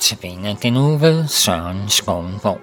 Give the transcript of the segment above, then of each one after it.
notabene den uge ved Søren Skovenborg.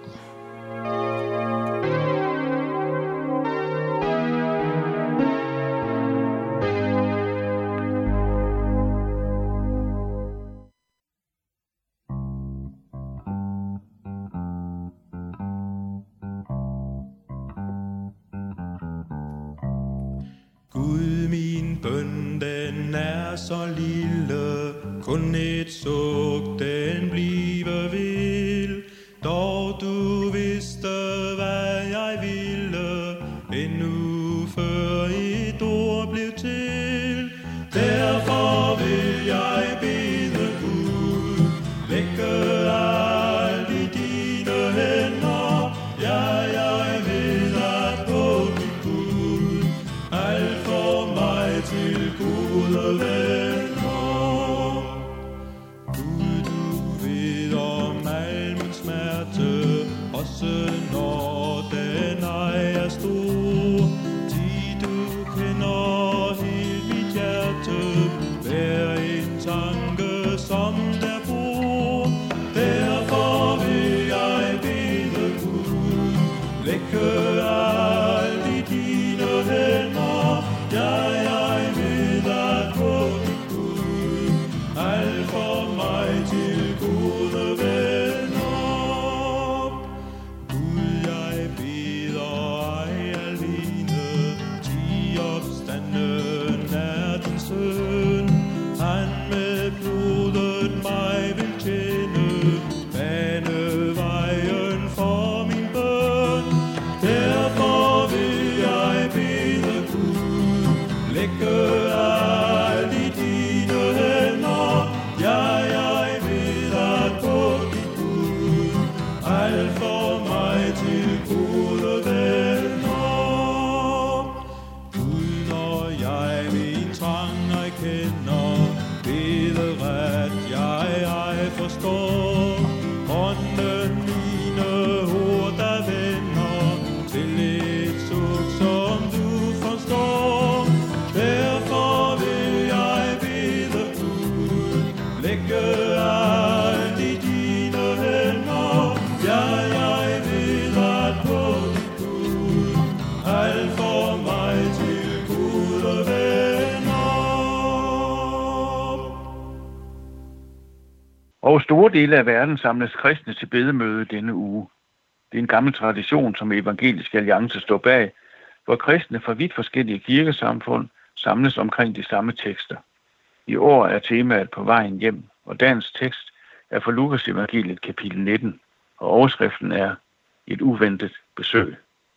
Gud, min bøn, den er så lille, kun et suk, den bliver vil. Dog du vidste, hvad jeg ville, endnu før et ord blev til. Derfor vil jeg bede Gud, lægge alt i dine hænder. Jeg ved at på dit Gud, alt for mig til gode venner. Gud, du ved om al min smerte, også når den ej er stor. Ti du kender helt mit hjerte, hver en tanke som der bor. Derfor vil jeg bede Gud, lægge alt i dine hænder. Jeg ved at på dit Gud, alt for mig til gode venner. Gud, jeg beder ej alene, ti opstanden er din søn. Han med blodet mig vil tjene, bane vejen for min bøn. Derfor vil jeg bede Gud, lægge alt i dine hænder. Jeg ved at på dit Gud, alt for mig til gode venner. Gud, når jeg min trang erkender, ved ret jeg ej forstår. Ånden mine ord der vender til et suk som du forstår. Derfor vil jeg bede Gud, lægge alt i dine hænder. Jeg ved at på dit Gud, alt for mig til gode venner. Over store dele af verden samles kristne til bedemøde denne uge. Det er en gammel tradition, som Evangelisk Alliance står bag, hvor kristne fra vidt forskellige kirkesamfund samles omkring de samme tekster. I år er temaet på vejen hjem, og dagens tekst er fra Lukas Evangeliet kapitel 19, og overskriften er et uventet besøg.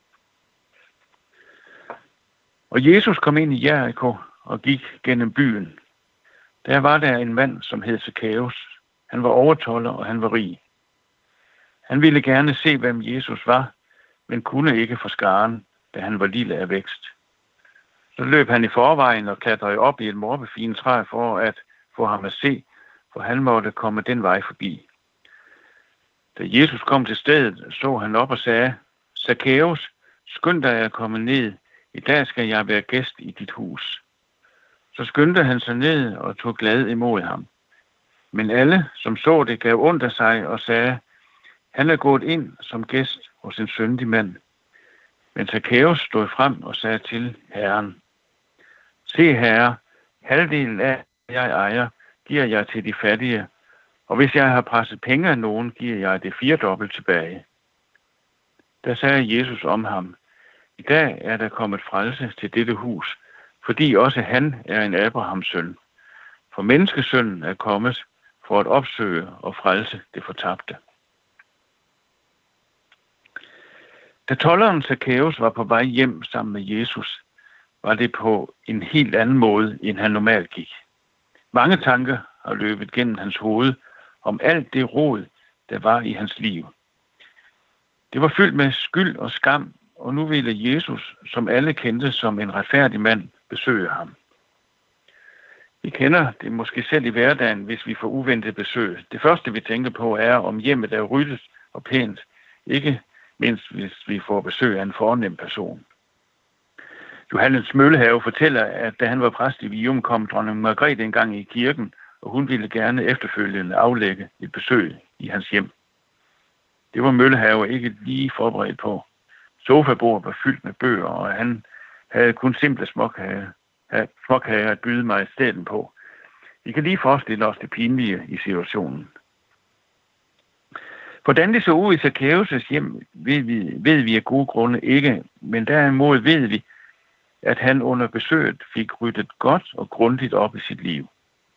Og Jesus kom ind i Jericho og gik gennem byen. Der var der en mand, som hed Zakæus. Han var overtolder, og han var rig. Han ville gerne se, hvem Jesus var, men kunne ikke for skaren, da han var lille af vækst. Så løb han i forvejen og klatrede op i et morbefint træ for at få ham at se, for han måtte komme den vej forbi. Da Jesus kom til stedet, så han op og sagde, Zakæus, skynd dig at komme ned. I dag skal jeg være gæst i dit hus. Så skyndte han sig ned og tog glad imod ham. Men alle, som så det, gav ondt af sig og sagde, han er gået ind som gæst hos en syndig mand. Men Zakæus stod frem og sagde til Herren, se herre, halvdelen af jeg ejer, giver jeg til de fattige, og hvis jeg har presset penge af nogen, giver jeg det 4 tilbage. Der sagde Jesus om ham, i dag er der kommet frelse til dette hus, fordi også han er en Abrahams søn. For menneskesønnen er kommet for at opsøge og frelse det fortabte. Da tolderen Zakæus var på vej hjem sammen med Jesus, var det på en helt anden måde, end han normalt gik. Mange tanker har løbet gennem hans hoved om alt det rod, der var i hans liv. Det var fyldt med skyld og skam, og nu ville Jesus, som alle kendte som en retfærdig mand, besøge ham. Vi kender det måske selv i hverdagen, hvis vi får uventet besøg. Det første, vi tænker på, er, om hjemmet er ryddet og pænt, ikke mindst hvis vi får besøg af en fornem person. Johannes Møllehave fortæller, at da han var præst i Vium, kom dronning Margrethe engang i kirken, og hun ville gerne efterfølgende aflægge et besøg i hans hjem. Det var Møllehave ikke lige forberedt på. Sofabordet var fyldt med bøger, og han havde kun simple småkager at byde majestæten på. Vi kan lige forestille os det pinlige i situationen. Hvordan det så ud i Zacchaeus' hjem, ved vi af gode grunde ikke, men derimod ved vi, at han under besøget fik ryddet godt og grundigt op i sit liv.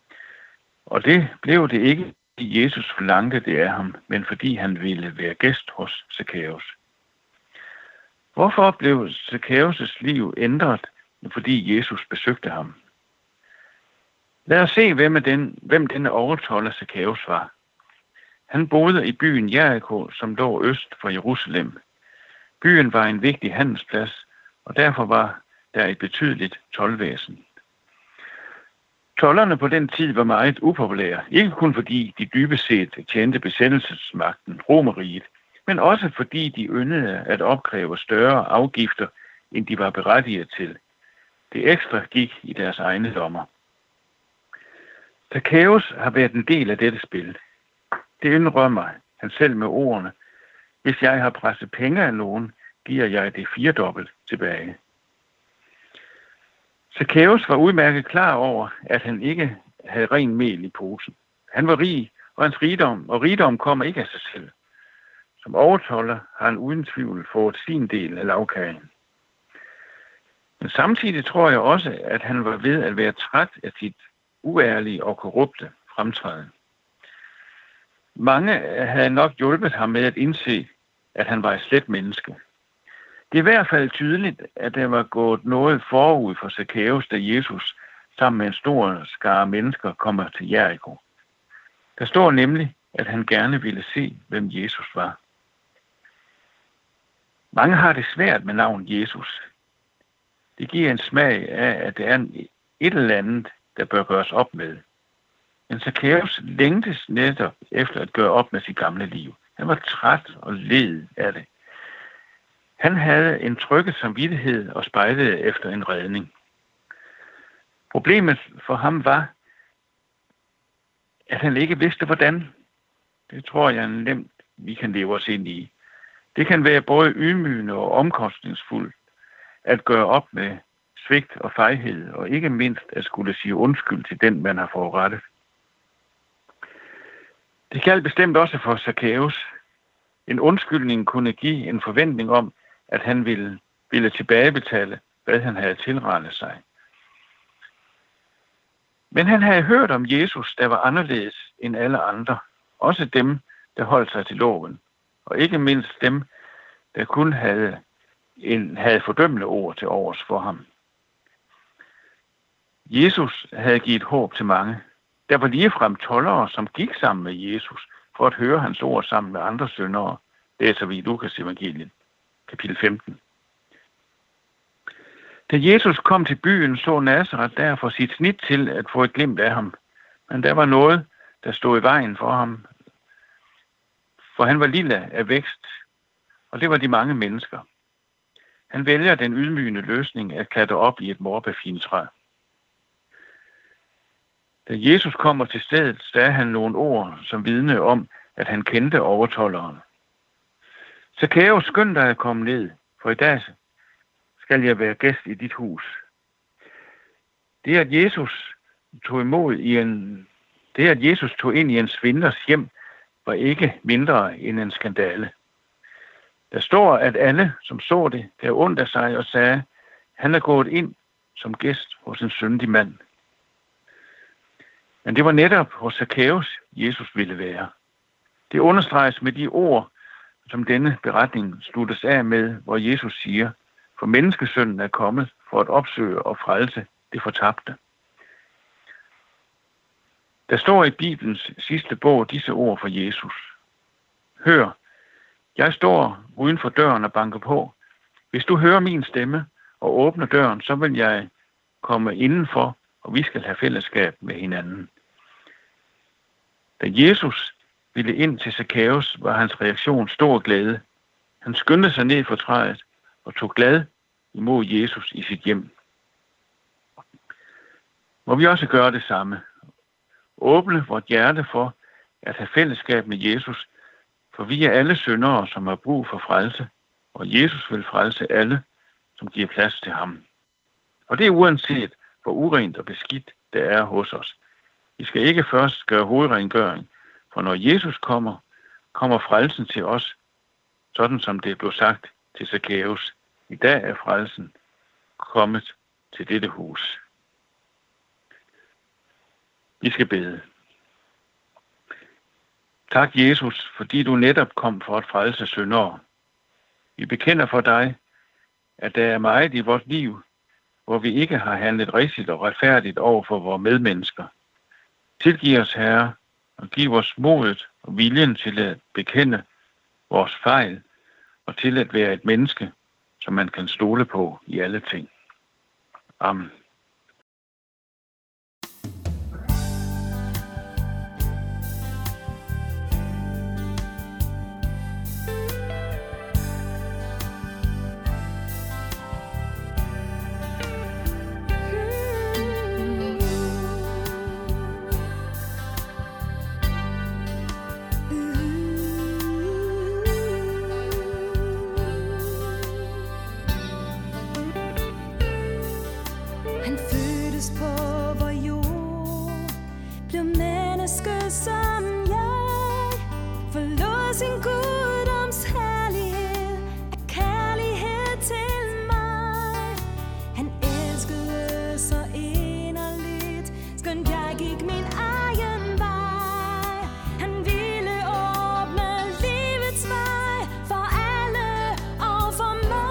Og det blev det ikke, fordi Jesus forlangte det af ham, men fordi han ville være gæst hos Zacchaeus. Hvorfor blev Zacchaeus' liv ændret, fordi Jesus besøgte ham? Lad os se, hvem denne overtolder Zacchaeus var. Han boede i byen Jericho, som lå øst for Jerusalem. Byen var en vigtig handelsplads, og derfor var der et betydeligt toldvæsen. Tolderne på den tid var meget upopulære, ikke kun fordi de dybest set tjente besættelsesmagten, Romerriget, men også fordi de yndede at opkræve større afgifter, end de var berettiget til. Det ekstra gik i deres egne lommer. Zacchaeus har været en del af dette spil. Det indrømmer han selv med ordene: hvis jeg har presset penge af nogen, giver jeg det 4-dobbelt tilbage. Zacchaeus var udmærket klar over, at han ikke havde ren mel i posen. Han var rig, og hans rigdom kommer ikke af sig selv. Som overtolder har han uden tvivl fået sin del af lagkagen. Men samtidig tror jeg også, at han var ved at være træt af sit uærlige og korrupte fremtræden. Mange havde nok hjulpet ham med at indse, at han var et slet menneske. Det er i hvert fald tydeligt, at der var gået noget forud for Zacchaeus, da Jesus sammen med en stor skare mennesker kommer til Jericho. Der står nemlig, at han gerne ville se, hvem Jesus var. Mange har det svært med navnet Jesus. Det giver en smag af, at det er et eller andet, der bør gøres op med. Men Zacchaeus længtes netop efter at gøre op med sit gamle liv. Han var træt og led af det. Han havde en trykket samvittighed og spejlede efter en redning. Problemet for ham var, at han ikke vidste hvordan. Det tror jeg nemt, vi kan leve os ind i. Det kan være både ydmygende og omkostningsfuldt at gøre op med svigt og fejhed, og ikke mindst at skulle sige undskyld til den, man har forurettet. Det galt bestemt også for Zacchaeus. En undskyldning kunne give en forventning om, at han ville tilbagebetale, hvad han havde tilrettet sig. Men han havde hørt om Jesus, der var anderledes end alle andre. Også dem, der holdt sig til loven. Og ikke mindst dem, der kun havde fordømmende ord til overs for ham. Jesus havde givet håb til mange. Der var ligefrem toldere, som gik sammen med Jesus for at høre hans ord sammen med andre syndere. Læser vi i Lukas evangeliet, kapitel 15. Da Jesus kom til byen, så Nazareth derfor sit snit til at få et glimt af ham. Men der var noget, der stod i vejen for ham. For han var lille af vækst, og det var de mange mennesker. Han vælger den ydmygende løsning at klatre op i et morbærfintræ. Da Jesus kommer til stedet, sagde han nogle ord, som vidne om, at han kendte overtolderen. Zacchaeus, skynd dig at komme ned, for i dag skal jeg være gæst i dit hus. Det, at Jesus tog ind i en svindlers hjem, var ikke mindre end en skandale. Der står, at alle, som så det, gav ondt af sig og sagde, han er gået ind som gæst hos en syndig mand. Men det var netop hos Zacchaeus, Jesus ville være. Det understreges med de ord, som denne beretning sluttes af med, hvor Jesus siger, for menneskesønnen er kommet for at opsøge og frelse det fortabte. Der står i Bibelens sidste bog disse ord for Jesus. Hør, jeg står uden for døren og banker på. Hvis du hører min stemme og åbner døren, så vil jeg komme indenfor, og vi skal have fællesskab med hinanden. Da Jesus ville ind til Zacchaeus, var hans reaktion stor glæde. Han skyndte sig ned fra træet og tog glad imod Jesus i sit hjem. Må vi også gøre det samme. Åbne vort hjerte for, at have fællesskab med Jesus, for vi er alle syndere, som har brug for frelse, og Jesus vil frelse alle, som giver plads til ham. Og det er uanset, hvor urent og beskidt det er hos os. Vi skal ikke først gøre hovedrengøring, for når Jesus kommer, kommer frelsen til os, sådan som det blev sagt til Zacchaeus. I dag er frelsen kommet til dette hus. Vi skal bede. Tak, Jesus, fordi du netop kom for at frelse syndere. Vi bekender for dig, at der er meget i vores liv, hvor vi ikke har handlet rigtigt og retfærdigt over for vores medmennesker. Tilgiv os, Herre, og giv os modet og viljen til at bekende vores fejl og til at være et menneske, som man kan stole på i alle ting. Amen. Han fødtes på vor jord, blev menneske som jeg, forlod sin guddoms herlighed af kærlighed til mig. Han elskede så inderligt, skønt jeg gik min egen vej. Han ville åbne livets vej for alle og for mig.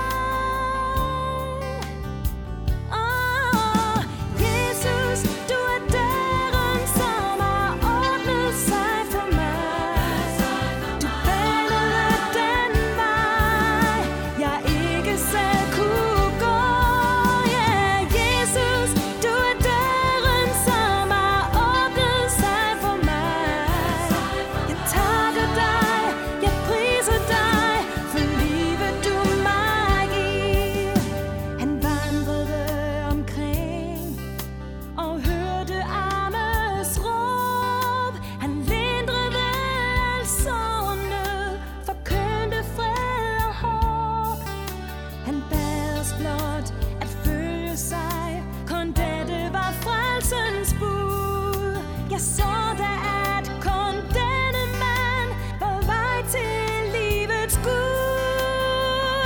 Jeg så da, at kun denne mand var vej til livets Gud.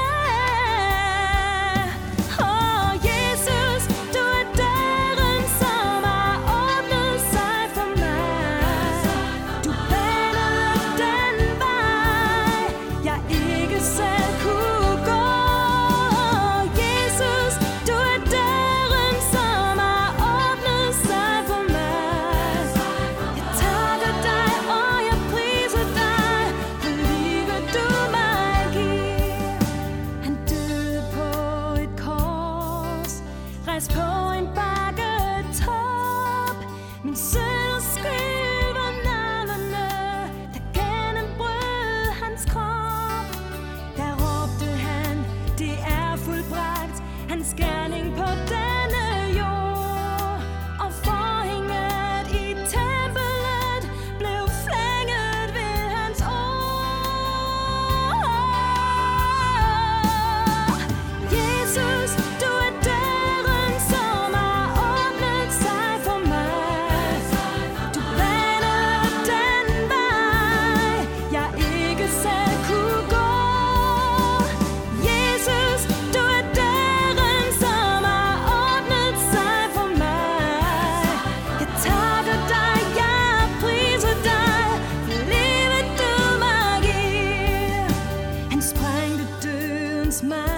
Åh, Jesus, du er døren, som har åbnet sig for mig. Du banede den vej, jeg ikke selv kunne gå. Jesus, du er døren, som har åbnet sig for mig. På en bakketop, min søn skriver navnene, der gennembrød hans krop. Der råbte han, det er fuldbragt, hans gerning på denne jord. Og forhænget i tempelet blev flænget ved hans ord. Jesus, du er smile.